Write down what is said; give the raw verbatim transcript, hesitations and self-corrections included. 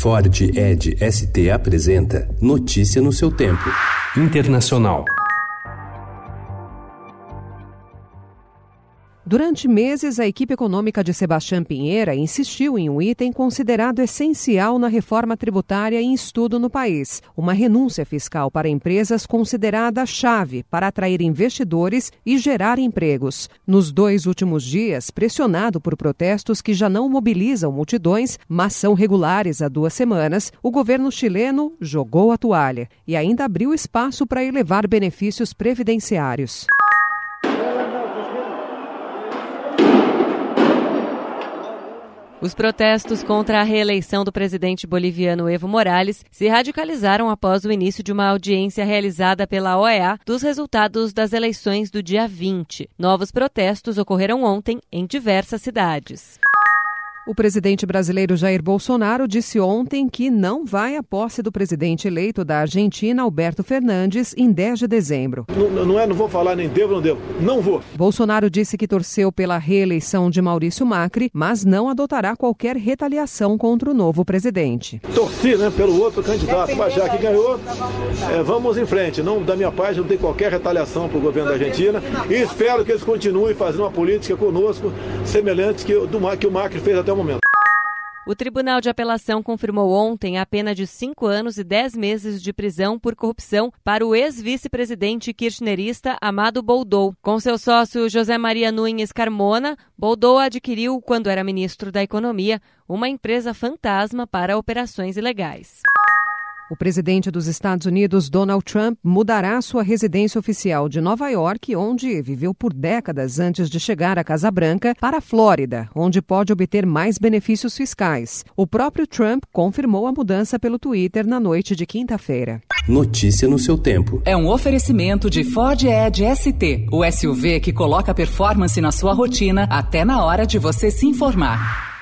Ford Edge S T apresenta Notícia no seu tempo. Internacional. Durante meses, a equipe econômica de Sebastião Pinheira insistiu em um item considerado essencial na reforma tributária em estudo no país: uma renúncia fiscal para empresas considerada chave para atrair investidores e gerar empregos. Nos dois últimos dias, pressionado por protestos que já não mobilizam multidões, mas são regulares há duas semanas, o governo chileno jogou a toalha e ainda abriu espaço para elevar benefícios previdenciários. Os protestos contra a reeleição do presidente boliviano Evo Morales se radicalizaram após o início de uma audiência realizada pela O E A dos resultados das eleições do dia vinte. Novos protestos ocorreram ontem em diversas cidades. O presidente brasileiro Jair Bolsonaro disse ontem que não vai à posse do presidente eleito da Argentina, Alberto Fernandes, em dez de dezembro. Não, não é, não vou falar nem devo, não devo. Não vou. Bolsonaro disse que torceu pela reeleição de Maurício Macri, mas não adotará qualquer retaliação contra o novo presidente. Torci, né, pelo outro candidato, mas já que ganhou, é, vamos em frente. Não, da minha parte, não tem qualquer retaliação para o governo da Argentina e espero que eles continuem fazendo uma política conosco semelhante que, do, que o Macri fez até momento. O Tribunal de Apelação confirmou ontem a pena de cinco anos e dez meses de prisão por corrupção para o ex-vice-presidente kirchnerista Amado Boldou. Com seu sócio José Maria Nunes Carmona, Boldou adquiriu, quando era ministro da Economia, uma empresa fantasma para operações ilegais. O presidente dos Estados Unidos, Donald Trump, mudará sua residência oficial de Nova York, onde viveu por décadas antes de chegar à Casa Branca, para a Flórida, onde pode obter mais benefícios fiscais. O próprio Trump confirmou a mudança pelo Twitter na noite de quinta-feira. Notícia no seu tempo. É um oferecimento de Ford Edge S T, o S U V que coloca performance na sua rotina até na hora de você se informar.